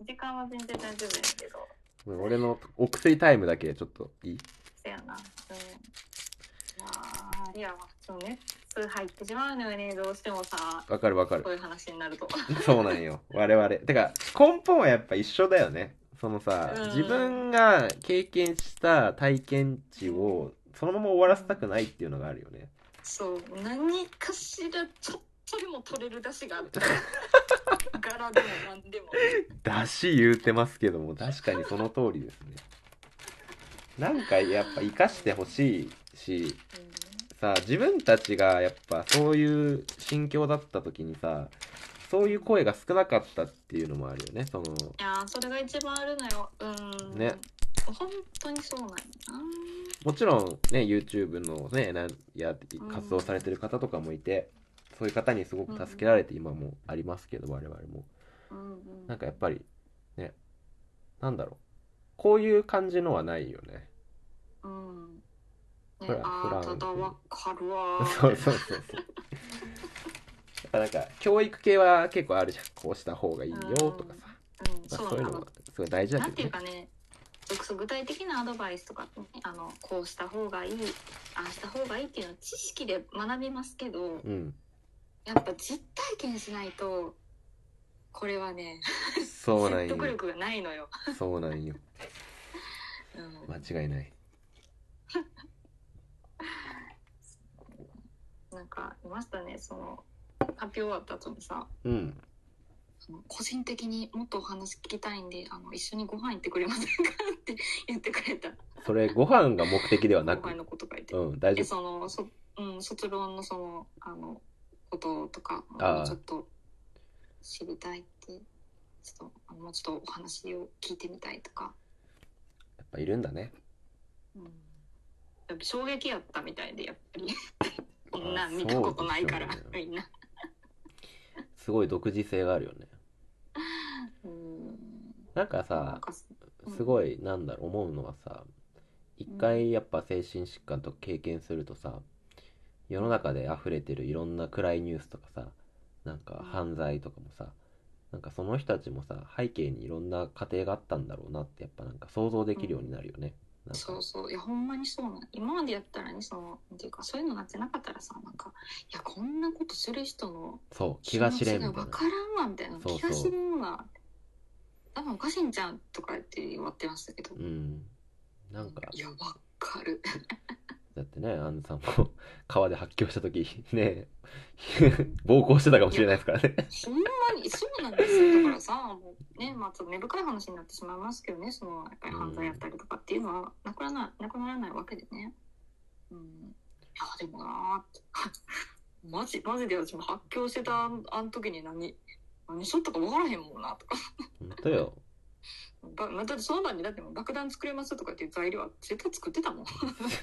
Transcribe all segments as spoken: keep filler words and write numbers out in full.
時間は全然大丈夫やけど。 俺のお薬タイムだけちょっといい？ せやな。うん。まあ、いや、そのね、熱入ってしまうのよね、どうしてもさ。 わかるわかる。 こういう話になると。 そうなんよ。我々。てか、根本はやっぱ一緒だよね。そのさ、 うん自分が経験した体験値をそのまま終わらせたくないっていうのがあるよね。 そう、何かしらちょっとでも取れる出汁があった。柄でも何でも。 出汁言うてますけども、確かにその通りですね。なんかやっぱ生かしてほしいし、さ、自分たちがやっぱそういう心境だった時にさ、そういう声が少なかったっていうのもあるよね。その、 いやー、それが一番あるのよ。うん。 ね。 本当にそうなんやな。 もちろんね、YouTube のね、なんや活動されてる方とかもいて、そういう方にすごく助けられて今もありますけど、我々も。 うんうん、 なんかやっぱり、ね、なんだろう。こういう感じのはないよね。 うん。ね、 フラあー、 フランただわかるわー。 そうそうそうそう。やっぱなんか、教育系は結構あるじゃん。こうした方がいいよとかさ。 うん、 まあ、 そうそういうのはすごい大事だなんてけどね。 いうかね、具体的なアドバイスとか、ね、あのこうした方がいい、ああした方がいいっていうのは知識で学びますけど、 うん。 やっぱ実体験しないとこれはね、 そうなんよ。 説得力がないのよ。 そうなんよ。 うん、 間違いない。 なんかいましたね、その発表終わった後にさ、 うん。 個人的にもっとお話聞きたいんで、あの一緒にご飯行ってくれませんかって言ってくれた。 それご飯が目的ではなく、 後輩のこと書いて、 うん、大丈夫。 そのそ、うん、卒論のそのあのこととかあーもうちょっと知りたいって、ちょっとあのもうちょっとお話を聞いてみたいとか。 やっぱいるんだね。 うん、やっぱ衝撃やったみたいで、やっぱりこんなん見たことないから、 そうでしょうね。 みんな。 すごい独自性があるよね。 うん、 なんかなんさ、 かすごいなんだろう思うのはさ、一回やっぱ精神疾患とか経験するとさ、世の中で溢れてるいろんな暗いニュースとかさ、なんか犯罪とかもさ、なんかその人たちもさ、背景にいろんな家庭があったんだろうなってやっぱなんか想像できるようになるよね。なんかそうそう、いやほんまにそうなん。今までやったらね、そのなんていうか、そういうのなってなかったらさ、なんかいやこんなことする人のそう気が知れんみたいな、 分からんわみたいな、 そうそう気が知れんわ、多分おかしいんじゃんとか言って言われてましたけど、 うん、なんかいやわかる。 だってね、アンズさんも川で発狂した時ね暴行してたかもしれないですからね。 ほんまにそうなんですよ。だからさ、もうね、まあちょっと根深い話になってしまいますけどね、そのやっぱり犯罪やったりとかっていうのはなくならない、なくならないわけでね。うん。いやでもなーってマジマジで私も発狂してたあの時に何何しとったか分からへんもんなとか。 本当よ。 ばだってその場にだってもう爆弾作れますとかっていう材料は絶対作ってたもん。 だ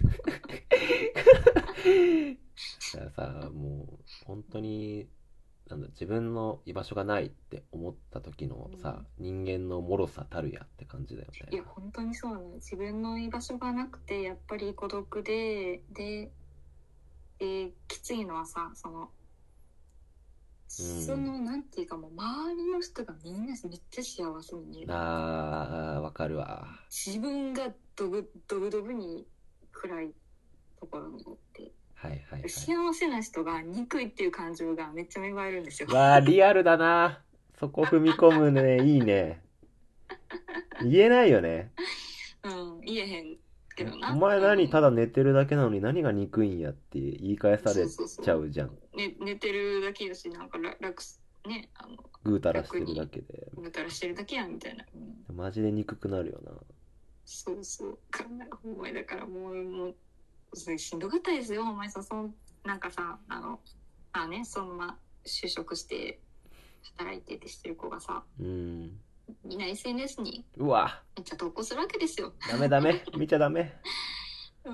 からさ、もう本当になんだ、自分の居場所がないって思った時のさ、うん、人間の脆さたるやって感じだよね。 いや本当にそうなの。自分の居場所がなくてやっぱり孤独ででできついのはさ、その、うん、そのなんていうかもう周りの人がみんなめっちゃ幸せに見える。 あーわかるわ。 自分がドブドブドブに暗いところにおって、 はいはいはい、 幸せな人が憎いっていう感情がめっちゃ芽生えるんですよ。 わーリアルだな。そこ踏み込むね。いいね。言えないよね。 うん言えへんけどな。 お前何ただ寝てるだけなのに何が憎いんやって言い返されちゃうじゃん。 そうそうそう、ね、寝てるだけだし、なんか楽ね、あのぐうたらしてるだけでぐうたらしてるだけやみたいな、 うん、マジで憎くなるよな。 そうそうかんないほんまに。だからもうもうしんどかったですよほんまに。さ、そのなんかさ、あのまあね、そのまま就職して働いててしてる子がさ、うんみんな エスエヌエス にうわめっちゃ投稿するわけですよ。 ダメダメ見ちゃダメ。 うん、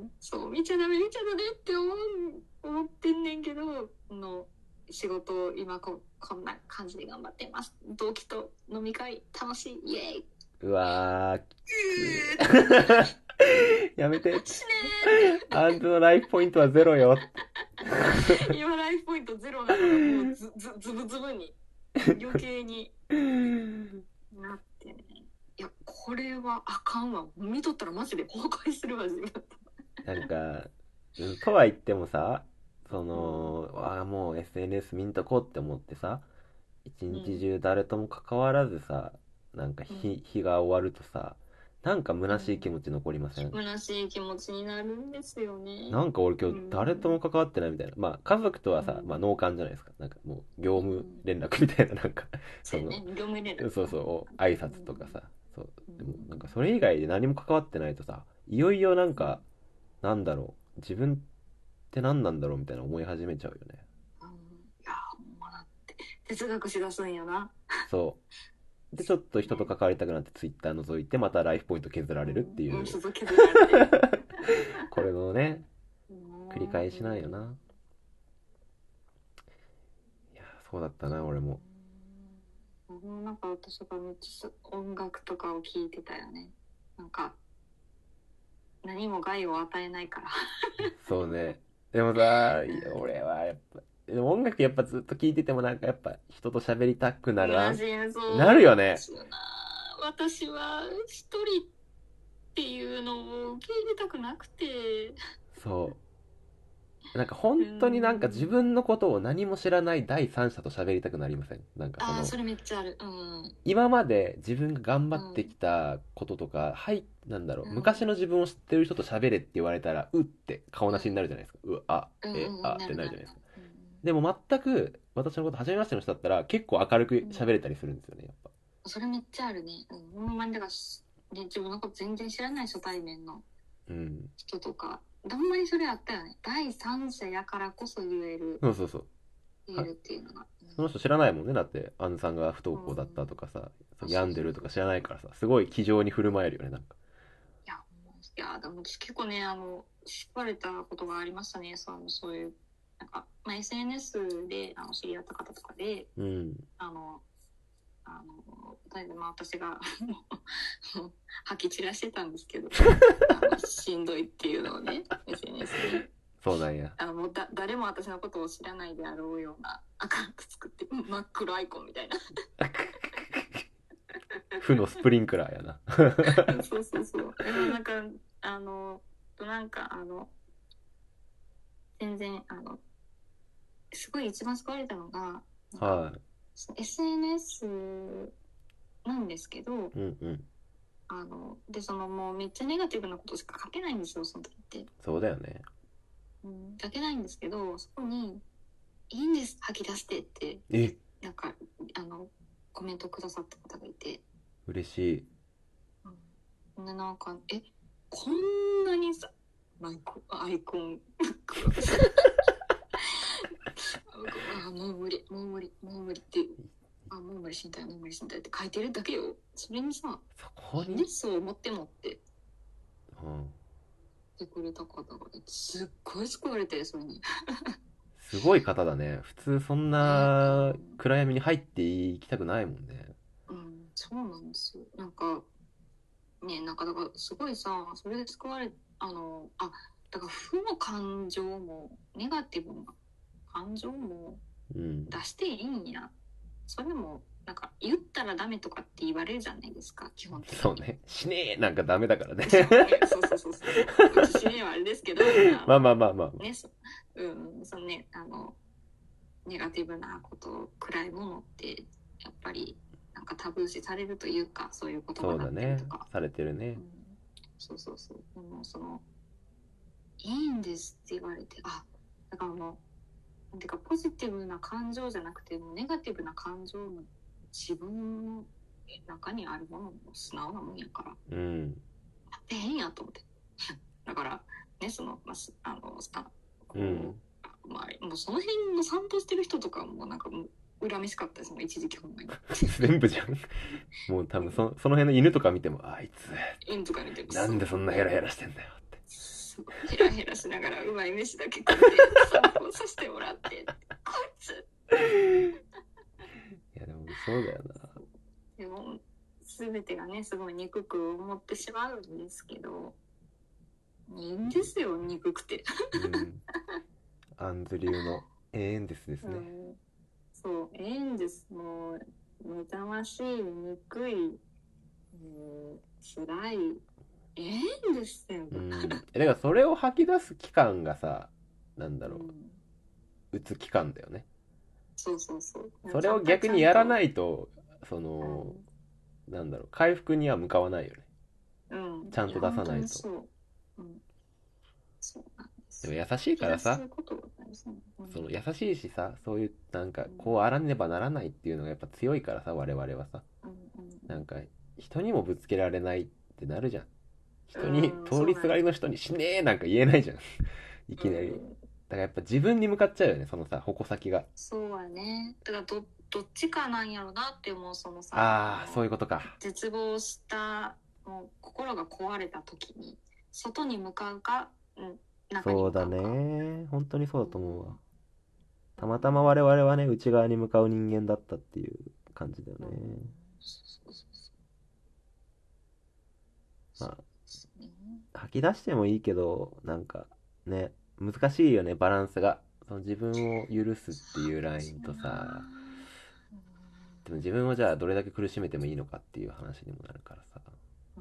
そう見ちゃダメ見ちゃダメって思う思ってんねんけど、の仕事今 こ, こんな感じで頑張ってます。同期と飲み会楽しいイエーイ。 うわやめて。あんたのライフポイントはゼロよ。 今ライフポイントゼロだからもう ず, ず, ずぶずぶに余計になっててね、いやこれはあかんわ、見とったらマジで崩壊するわ自分。 なんか、うん、とは言ってもさ、その、ああ、もう エスエヌエス 見んとこうって思ってさ、一日中誰とも関わらずさ、なんか日、日が終わるとさ、なんか虚しい気持ち残りません？ 虚しい気持ちになるんですよね。 なんか俺今日誰とも関わってないみたいな。まあ家族とはさ、 うんまあ農家じゃないですか。なんかもう業務連絡みたいな、なんか、その、 そうね、業務連絡。 そうそう、挨拶とかさ、そう。でもなんかそれ以外で何も関わってないとさ、いよいよなんか、なんだろう、自分って何なんだろうみたいな思い始めちゃうよね。 うん、いやほんまだって哲学しだすんやな。 そう。で、ちょっと人と関わりたくなってツイッター覗いて、またライフポイント削られるっていう、 うん、そうそう削られてる。 これのね、 うん繰り返しなんよな。いや、そうだったな、俺も。 うん、なんか私がめっちゃ音楽とかを聴いてたよね。なんか何も害を与えないから。 そうね。でもさ、いや俺はやっぱ、でも音楽やっぱずっと聴いててもなんかやっぱ人と喋りたくなるな。 そうなるよね。 私は一人っていうのを受け入れたくなくて。 そう。なんか本当になんか自分のことを何も知らない第三者と喋りたくなりません？なんかその、 あーそれめっちゃある。うん。 今まで自分が頑張ってきたこととか、はい、なんだろう、 うん昔の自分を知ってる人と喋れって言われたら、うって顔なしになるじゃないですか。う、あ、え、 うんうんうんあってなるじゃないですか。 うんでも全く私のこと初めましての人だったら結構明るく喋れたりするんですよね、やっぱ。 それめっちゃあるね。うん。ほんまにだからし、ね、自分のこと全然知らない初対面のうん。 人とか、ほんまにそれあったよね。第三者やからこそ言える、 そうそうそう。 言えるっていうのが。 その人知らないもんね。だって、アンさんが不登校だったとかさ、病んでるとか知らないからさ、すごい気丈に振る舞えるよね、なんか。 いや、いや、でも私結構ね、あの、叱られたことがありましたね。そのそういう、なんか、まあ、エスエヌエス であの知り合った方とかで、 うん。 あの、あの、例えばまあ私が吐き散らしてたんですけど、あのしんどいっていうのをね、エスエヌエス で。 そうなんや。 あのもうだ誰も私のことを知らないであろうようなアカウント作って、真っ黒アイコンみたいな。 負のスプリンクラーやな。 そうそうそう。だからなんか、あの、なんかあの、全然、あの、すごい一番救われたのが、 はエスエヌエス なんですけど、 い。うんうん。 あの、で、そのもうめっちゃネガティブなことしか書けないんですよ、その時って。 そうだよね。 うん、書けないんですけど、そこに、いいんです、吐き出してって、 え、 なんか、あの、コメントくださった方がいて。 嬉しい。 うん、で、なんか、え、こんなにさ、アイコン、アイコン、黒くさ、あ、もう無理、もう無理、もう無理って、あ、もう無理死にたい、もう無理死にたいって書いてるだけよ。それにさ、 そこに、 でそう思ってもってうん。 言ってくれた方がいて、すっごい救われて、それに。 すごい方だね。普通そんな暗闇に入っていきたくないもんね。 うん、そうなんですよ。なんか、ね、なんかだからすごいさ、それで救われ、あの、あ、だから負の感情も、ネガティブな感情もうん。 出していいんや。それも、なんか言ったらダメとかって言われるじゃないですか、基本的に。 そうね。死ねえなんかダメだからね。 そうそうそうそう。死ねはあれですけど、 まあまあまあまあ。 ね、そ、うん、そのね、あの、ネガティブなこと、暗いものって、やっぱり、なんかタブー視されるというか、そういう言葉だったりとか。 されてるね。 うん、そうそうそう。でも、その、いいんですって言われて、あ、だからもう、なんていうか、ポジティブな感情じゃなくて、もうネガティブな感情も自分の中にあるものも素直なもんやから、 うん。 やってへんやと思って。だから、ね、その、まあ、あの、さ、こう、 うん、 まあ、もうその辺の散歩してる人とかもなんかもう恨めしかったですもん、一時期ほんまに。 全部じゃん。もう多分そその辺の犬とか見ても、あいつ、 犬とか見てもなんでそんなヘラヘラしてんだよって。 ヘラヘラしながらうまい飯だけ食って散歩させてもらって、こいつ。 いやでもそうだよな。 でも全てがねすごい憎く思ってしまうんですけど、いいんですよ、憎くて。 うん。アンズ流の永遠ですですね。 うん、そう、永遠です。もう目覚ましい憎いもう辛い。ええんですよ。 うん。えだからそれを吐き出す期間がさ、なんだろうんう、うつ期間だよね。 そうそうそう。 それをちゃんと逆にやらなちいと、そゃんとの、なんだろう、回復には向かわないよね。 うん、うん、 ちゃんと出さないと。 いや本当にそう。うん、そうなんですよ。 でも優しい気がすからさ、 ることが大事なの。うん、 その優しいしさ、そういうなんかうん、 こうあらねばならないっていうのがやっぱ強いからさ、我々はさ、 うん、 なんか人にもぶつけられないってなるじゃん。人に、 うん、うん、 通りすがりの人に死ねーなんか言えないじゃん。いきなり。だかうん、 らやっぱ自分に向かっちゃうよね、そのさ、矛先が。 そうはね。だからど、どっちかなんやろなって思う、そのさ、 ああ、そういうあの、 ことか。 絶望した、もう心が壊れた時に、外に向かうか、うん、中にそうだ向かうか。 ね。本当にそううん、 だと思うわ。 うん、 たまたま我々はね、内側に向かう人間だったっていう感じだようん、 ね。 そうそうそうまあ、 そうね。 吐き出してもいいけど、なんかね、難しいよね、バランスが。その自分を許すっていうラインとさ、 うんでも自分をじゃあどれだけ苦しめてもいいのかっていう話にもなるからさ。 うん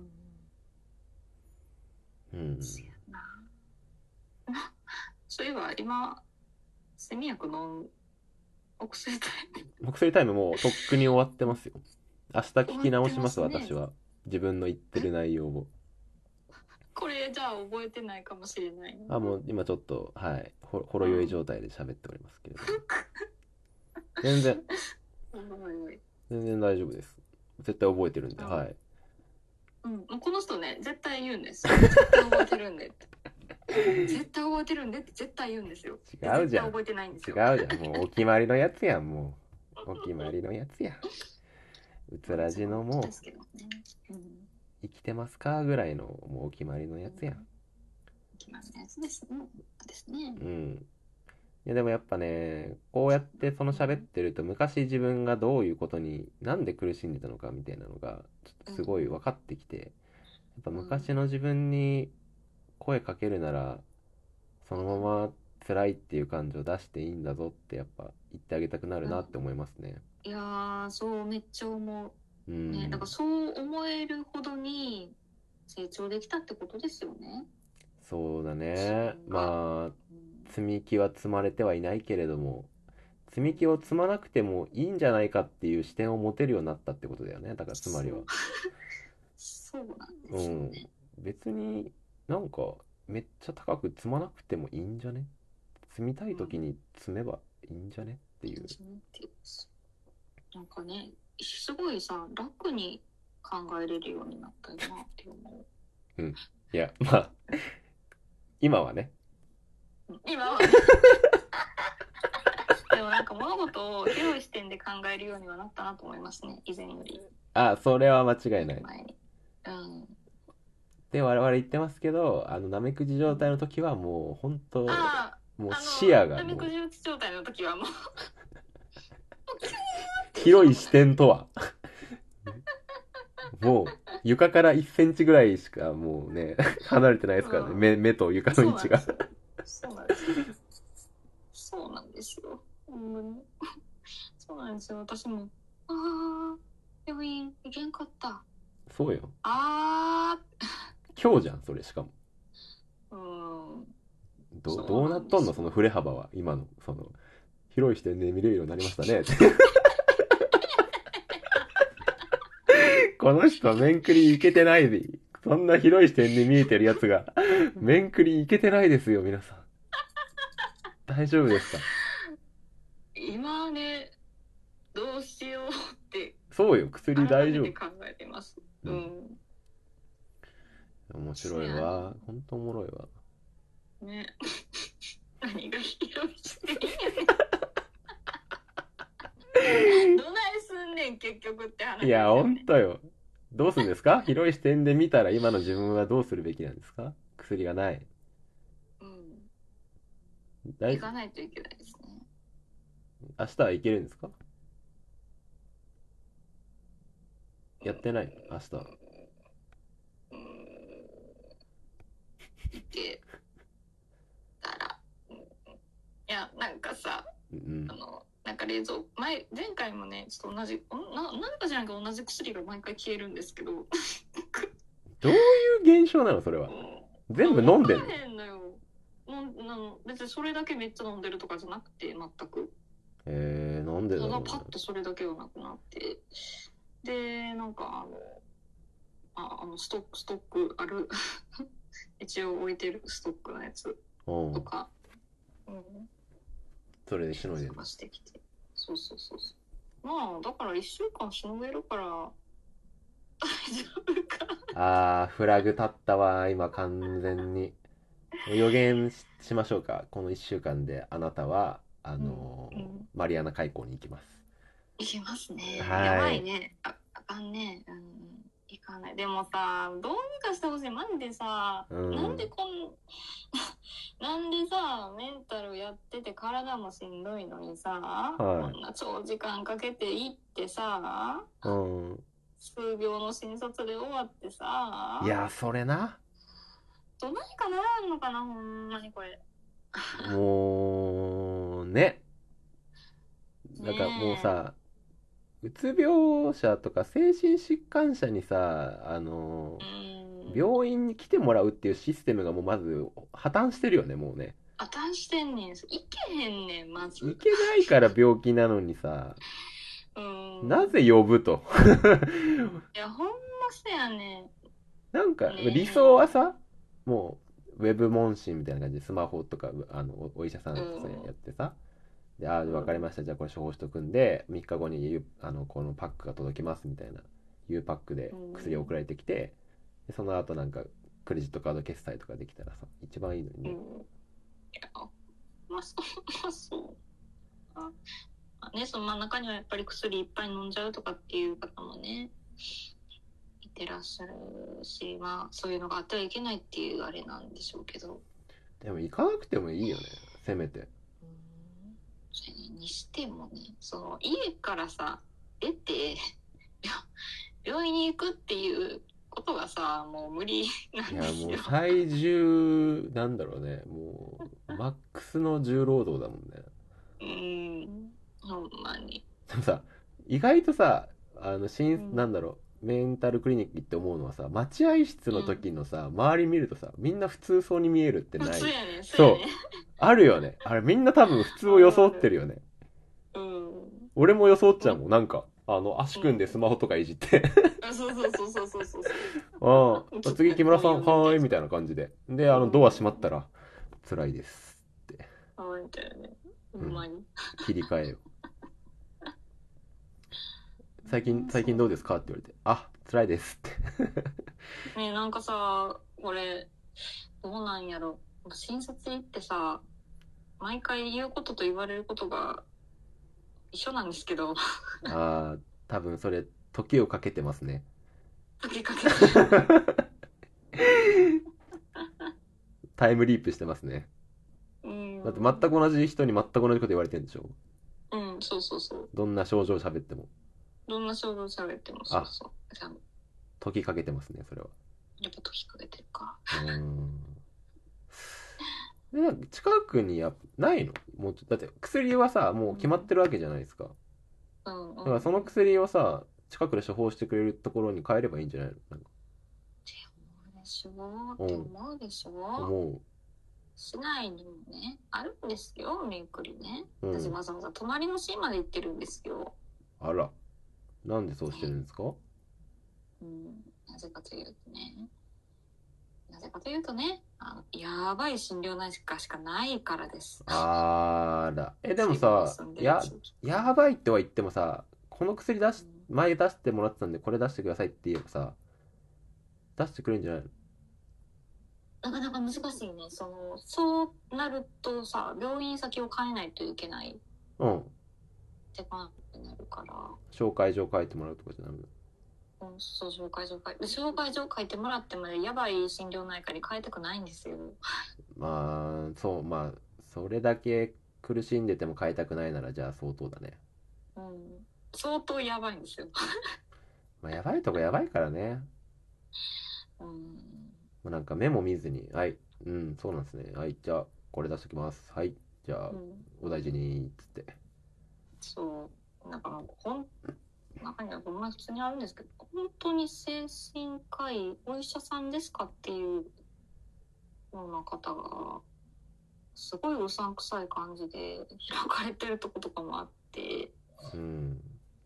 うん。 そうやな。そういえば今、睡眠薬飲ん、お薬タイムお薬タイムもうとっくに終わってますよ。明日聞き終わって直します、 ますね。 私は。自分の言ってる内容を。 これじゃあ覚えてないかもしれないあ、 な。 もう今ちょっと、はい、ほほろ酔い状態で喋っておりますけれども。全然、 おいおいおい。 全然大丈夫です。絶対覚えてるんで、 うんはい。 うん、もうこの人ね、絶対言うんですよ。絶対覚えてるんでって。絶対覚えてるんでって絶対言うんですよ。 違うじゃん。 絶対覚えてないんです違うよ。 じゃん。もうお決まりのやつやん、もう。お決まりのやつやん。うつらじのもう、 ですけどね。うん。 生きてますかぐらいの、もうお決まりのやつやん。 決まりのやつですね。ですね。 うん。いやでもやっぱね、こうやってその喋ってると昔自分がどういうことになんで苦しんでたのかみたいなのがちょっとすごい分かってきて、やっぱ昔の自分に声かけるならそのまま辛いっていう感情を出していいんだぞってやっぱ言ってあげたくなるなって思いますね。 いやー、そうめっちゃ思うう。ね、だん。 からそう思えるほどに成長できたってことですよね。 そうだ自ね。 分が。 まあ、 うん積み木は積まれてはいないけれども、積み木を積まなくてもいいんじゃないかっていう視点を持てるようになったってことだよね。だからつまりは。 そうそうなんでうん。 すよね。 別になんかめっちゃ高く積まなくてもいいんじゃね？積みたい時に積めばいいんじゃねっていう。 なんかね、すごいさ、楽に考えれるようになったよなって思うん。いや、まあ、今はね。 う。今はね。でもなんか物事を広い視点で考えるようにはなったなと思いますね、以前より。 あ、それは間違いない。 前に。うん。 で、我々言ってますけど、あの、ナメクジ状態の時はもう本当、 あもうあ、 視野あの、ナメがもうクジ打ち状態の時はもう、 広い視点とはもう床からいっセンチぐらいしかもうね離れてないですからね、 うん、 目目と床の位置が。 そうなんですよ。そうなんですよ。ほんまに。そうなんですよ。私も、ああ、病院行けんかった。 そうよ。 あ今日じゃんそれ。しかもあ、うん。 どそうどうなっとんのなんですよ。 その振れ幅は。今のその広い視点で見れるようになりましたねこの人面食りいけてないで、そんな広い視点で見えてるやつが面食りいけてないですよ皆さん。大丈夫ですか？ 今ね、どうしようってそうよ、薬大丈夫。 改めて考えてます。 ううんん。 面白いわ。ほんとおもろいわ。 ね。何が広い視点やねん。どないすんねん、結局って話いや、 ですよほんね。 とよ。どうするんですか？広い視点で見たら今の自分はどうするべきなんですか？薬がない。 うん。 大行かないといけないですね。 明日は行けるんですか？やってない明日。 うん。行けたら。うんいや、なんかさ、 うん。 あの、なんか冷蔵前前回もねちょっと同じおななんかじゃなく同じ薬が毎回消えるんですけどどういう現象なのそれは。全部飲んでんの？ 分からへんのよ。のなの別にそれだけめっちゃ飲んでるとかじゃなくて全くえー、なんでだろうね。 ただパッとそれだけはなくなってでなんかあのああのストックストックある一応置いてるストックのやつうんとか、うん、 それでしのいでるの。 探してきてそうそうそうそうまあだからいっしゅうかんしのげるから大丈夫かあー、フラグ立ったわ今完全に。予言ししましょうか。このいっしゅうかんであなたはあのーうんうんマリアナ海溝に行きます。 いきますね。 はいやばいね。あ、あかんね。うん。いかない。でもさ、どうにかしてほしい。マジでさ、 うんなんでこん、なんでさ、メンタルやってて体もしんどいのにさ、 いこんな長時間かけて行ってさ、 うん数秒の診察で終わってさ、 いやそれな、 どないかならんのかな、ほんまにこれ。 もうね、なんかもうねさ、うつ病者とか精神疾患者にさ、あのえ。うん。 病院に来てもらうっていうシステムがもうまず破綻してるよね、もうね。 あたんしてんねん。いけへんねん、まいず。 けないから病気なのにさ、 うん。 なぜ呼ぶと。 いや、ほんまそうやねん。 なんかねえ理想はさ、もうウェブ問診みたいな感じでスマホとかあのおお医者さんとさうんやってさ、で、ああ、分かりました、じゃあこれ処方しとくんで、みっかごにゆあのこのパックが届きますみたいな、U パックで薬送られてきて、でその後なんかクレジットカード決済とかできたらさ、一番いいのにね。 うん。いや、まあ、そう、まあ、そう。あまあね、その真ん中にはやっぱり薬いっぱい飲んじゃうとかっていう方もね、いてらっしゃるし、まあ、そういうのがあってはいけないっていうあれなんでしょうけど。 でも行かなくてもいいよね、せめて。 うん。それにしてもね、その家からさ、出て、病院に行くっていうことがさ、もう無理なんいやもうですよ。 最重なんだろうね、もうマックスの重労働だもんね。 うん。ほんまに。 でもさ、意外とさ、あの新、 うんなんだろう、メンタルクリニックって思うのはさ、待合室の時のさ、周り見るとさ、みんな普通そうに見えるってない？ 普通やねん、 そうやねん。 あるよね。あれみんな多分普通を装ってるよね。 うん。 俺も装っちゃうもん。なんか、あの、足組んでスマホとかいじって。 あ、そうそうそうそうそうそうそう。 ああ、次木村さん、 こういうはーい、みたいな感じで。で、あの、ドア閉まったら、辛いですって。 はいみたいなね。ほんまに。 切り替えよ。最近、最近どうですかって言われて、あ、辛いですって。 ね、なんかさ、これ、どうなんやろ。診察行ってさ、毎回言うことと言われることが一緒なんですけど、 ああ、多分それ、時をかけてますね。 時かけて。 タイムリープしてますね。 うん。 だって全く同じ人に全く同じこと言われてるんでしょ？ うん、そうそうそう。 どんな症状喋っても。 どんな症状喋ってもそうそう。じゃあ時かけてますね、それは。 やっぱ時かけてるか。 うーん。で、なんか近くにやないの？もうちょだって薬はさ、もう決まってるわけじゃないですか。 うんうん。 だからその薬をさ、近くで処方してくれるところに変えればいいんじゃないの？なんかでしょって思うでしょ、 思市内にもね、あるんですよ、めくりね。 うん私わざわざ隣の市まで行ってるんですよ。 う。あら。なんでそうしてるんですか？ うん、なぜかというとね、なぜかというとね、あのやばい心療内科しかないからです。 あら。え、でもさ、 自分の住んでるや、 地域やばいっては言ってもさ、この薬出し、 うん前出してもらってたんでこれ出してくださいって言えばさ、出してくれるんじゃないの？ なかなか難しいね。その、そうなるとさ、病院先を変えないといけないっうん。 て感じになるから。 紹介状書いてもらうとかじゃダメだ。 うん、そう、紹介状書いて、紹介状書いてもらってもやばい心療内科に変えたくないんですよ。 まあ、そう、まあ、それだけ苦しんでても変えたくないなら、じゃあ相当だね。 うん。相当やばいんですよ。 まあ、やばいとこやばいからね。 うん。 まあ、なんか目も見ずに、はい、うん、そうなんですね。はい、じゃあ、これ出しときます。はい、じゃあ、 うん、 お大事に、つって。 そうだからほん中にはほんま普通にあるんですけど、本当に精神科医お医者さんですかっていうような方がすごいうさんくさい感じで開かれてるとことかもあって、 うんうん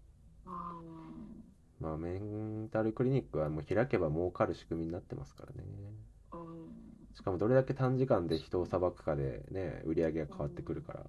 まあメンタルクリニックはもう開けば儲かる仕組みになってますからね。 うんしかもどれだけ短時間で人を裁くかでね、売り上げが変わってくるから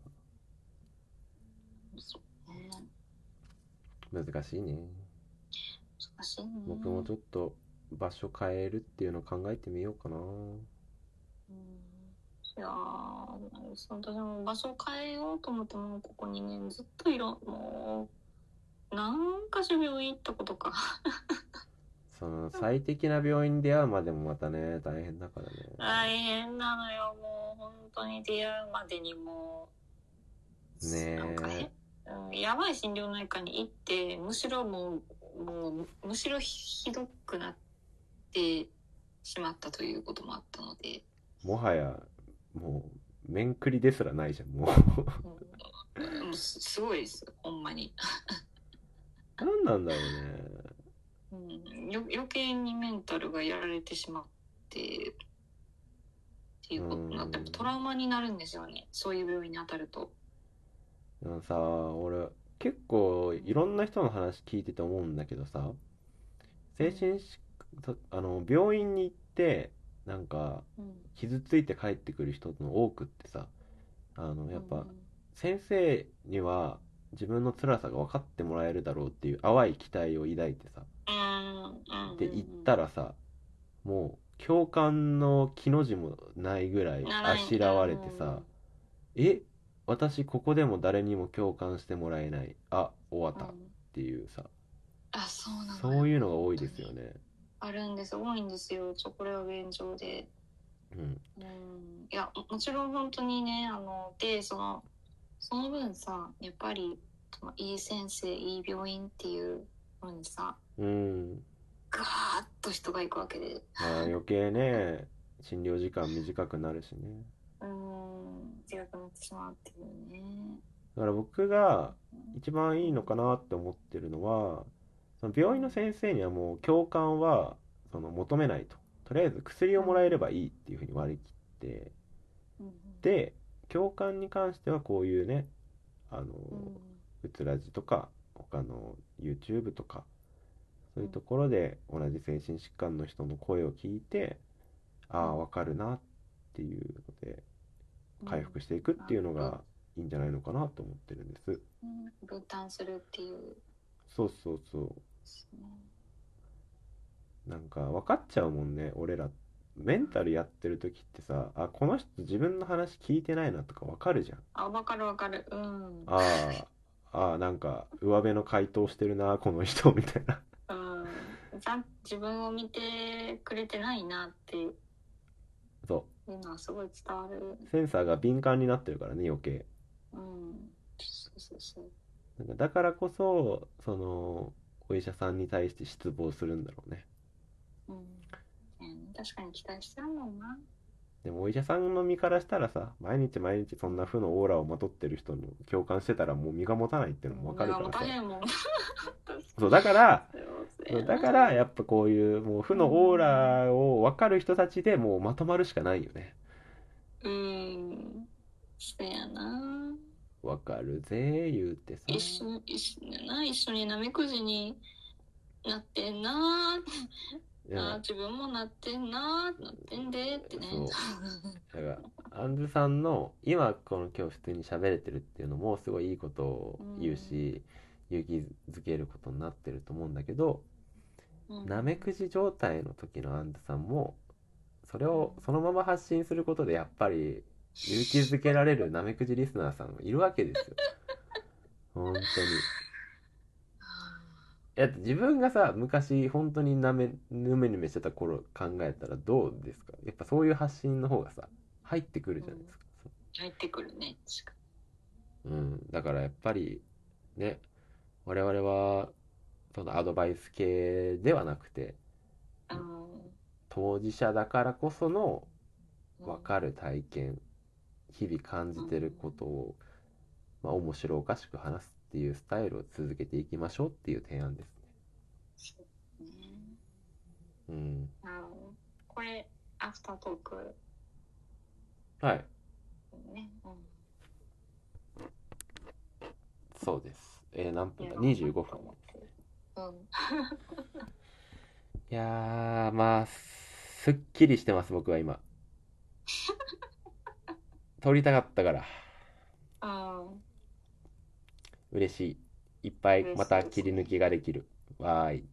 そうね、 難しいね。 難しいね。 僕もちょっと場所変えるっていうのを考えてみようかな。 うんいやー私も場所を変えようと思ってもここにねんずっといろもう何か所病院行ったことかその最適な病院に出会うまでもまたね大変だからね。 大変なのよ。もう本当に出会うまでにもねなんかへ、うん、やばい心療内科に行ってむしろもうもうむしろひどくなってしまったということもあったので、 もはやもう面食りですらないじゃんもううん、もうすすごいですほんまに、 何なんだろうね。 うん、よ余計にメンタルがやられてしまってっていうことになってうんトラウマになるんですよね、そういう病院に当たると。 でもさ、俺結構いろんな人の話聞いてて思うんだけどさ、精神疾あの病院に行ってなんかうん傷ついて帰ってくる人の多くってさ、あのやっぱうん先生には自分の辛さが分かってもらえるだろうっていう淡い期待を抱いてさ、 うんで行ったらさ、もう共感の木の字もないぐらいあしらわれてさ、え私ここでも誰にも共感してもらえない、あ終わったっうんていうさ、 あ、そうなのよ。 そういうのが多いですよね。 あるんです、多いんですよ。ちょこれは現状で。 うんうん、いやももちろん本当にね、あのでそのその分さ、やっぱりそのいい先生、いい病院っていうのにさ、 うんガーッと人が行くわけで、 まあ余計ね診療時間短くなるしね。 うん、強くなってしまうっていうね。 だから僕が一番いいのかなって思ってるのは、その病院の先生にはもう共感はその求めないと、とりあえず薬をもらえればいいっていうふうに割り切って、 うん、 で共感に関してはこういうね、あのうんうつらじとか他の YouTube とかそういうとうんころで同じ精神疾患の人の声を聞いて、ああわかるなっていうので回復していくっていうのがいいんじゃないのかなと思ってるんです。 うん、分担するっていうそうそうそうですね。 なんか分かっちゃうもんね、俺らメンタルやってる時ってさ、あこの人自分の話聞いてないなとか分かるじゃん。 あ、わかるわかる。うん。 ああああなんか上辺の回答してるなこの人みたいな。 うん。ちゃんと自分を見てくれてないなっていうそのはすごい伝わる。 うセンサーが敏感になってるからね余計。 うん。そうそうそう。 なんかだからこそそのお医者さんに対して失望するんだろうね。 うん。うん確かに期待しちゃうもんな。 でもお医者さんの身からしたらさ、毎日毎日そんな負のオーラをまとってる人の共感してたらもう身が持たないっていうのも分かるからさ。 目が持たへんもん。 そうだからそうやなだからやっぱこういうもう負のオーラを分かる人たちでもうまとまるしかないよね。 うん。そうやな。 分かるぜ言うてさ、 一緒に、一緒にな、一緒になめくじになってんな。 いやあ自分もなってんななってんでってね。 そうだからアンズさんの今この今日普通に喋れてるっていうのもすごいいいことを言うし、勇気づけることになってると思うんだけど、 うん、 なめくじ状態の時のアンズさんもそれをそのまま発信することでやっぱり勇気づけられるなめくじリスナーさんいるわけですよ本当に。だって自分がさ昔本当になめぬめぬめしてた頃考えたらどうですか。やっぱそういう発信の方がさ入ってくるじゃないですか、 うん、入ってくるね。確かうん、だからやっぱりね、我々はそのアドバイス系ではなくて、 に。 当事者だからこそのうん、 分かる体験、日々感じてることを、まあ、面白おかしく話すっていうスタイルを続けていきましょうっていう提案ですね。 そうね。 うん。 あの、これ、アフタートークはい。 ね。うん。 そうです。えー、何分だやろう ?にじゅうご 分。 なと思ってる。うん。 いやー、まあ、すっきりしてます、僕は今。撮りたかったから。 うん。 嬉しい。いっぱい嬉ましいですね。 た切り抜きができる。わーい。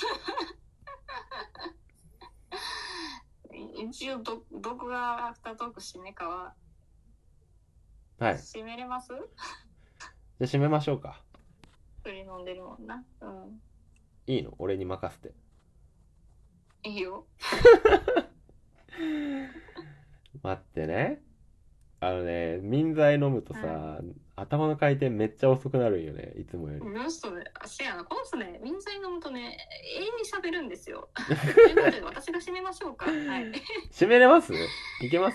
一応ど、どこがアフタートーク締めかは、 はい。 締めれます？ じゃあ締めましょうか。 薬飲んでるもんな。うん。 いいの？俺に任せて。 いいよ。 待ってね。あのね、眠剤飲むとさ、頭の回転めっちゃ遅くなるんよね、いつもより。 この人ね、あ、せやな、この人ね、民剤飲むとね、永遠に喋るんですよ。ということで、私が締めましょうか。はい。 締めれます？いけます？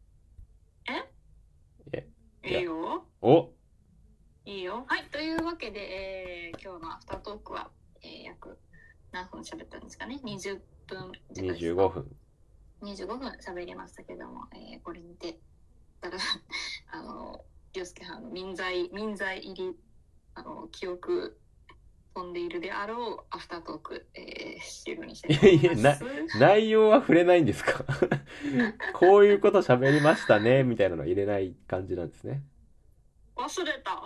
ええ、 いいよ。 おいいよ。はい。というわけで、えー今日のアフタートークは、えー約何分喋ったんですかね。にじゅっぷん弱ですか。 にじゅうごふん。 にじゅうごふん喋りましたけども、えーこれにて、だから、あの、凌介はんの民剤、民剤入り、あの、記憶飛んでいるであろうアフタートーク、えー、終了にしたいと思います。 いやいや、な、内容は触れないんですか？こういうこと喋りましたね、みたいなの入れない感じなんですね。 忘れた。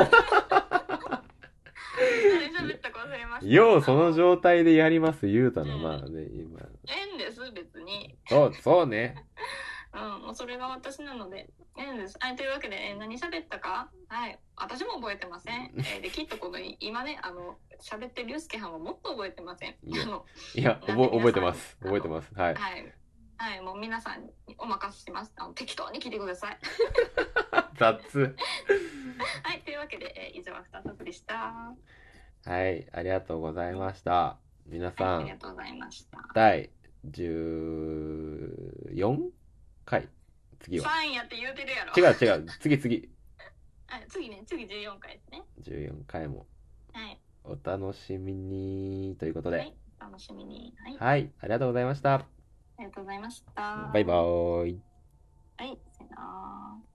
何喋ったか忘れました。 ようその状態でやります言うたの、 うんまあね、今。 ええんです、別に。 そう、そうね。 うん、もうそれが私なので、ええんです。はい、というわけで、えー何喋ったかはい。私も覚えてません。えーで、きっとこの、今ね、あの、喋ってる竜介はんはもっと覚えてません。 いやあの、 いや、 なんで覚覚えて皆さんます。覚えてます。はい。 はい。はい、もう皆さんにお任せします。あの適当に聞いてください。 雑。 はい、というわけで、えー以上、アフタートークでした。ははい、ありがとうございました。皆い、 さん、 ありがとうございました。 だいじゅうよんかい。次は。 さんやって言うてるやろ。 違う違う。次次。 はい、次ね、次じゅうよんかいですね。 じゅうよんかいもはい。 お楽しみにということで。 はい、楽しみに。はい、 はい、ありがとうございました。 ありがとうございました。 バイバーイ。 はい、さよなら。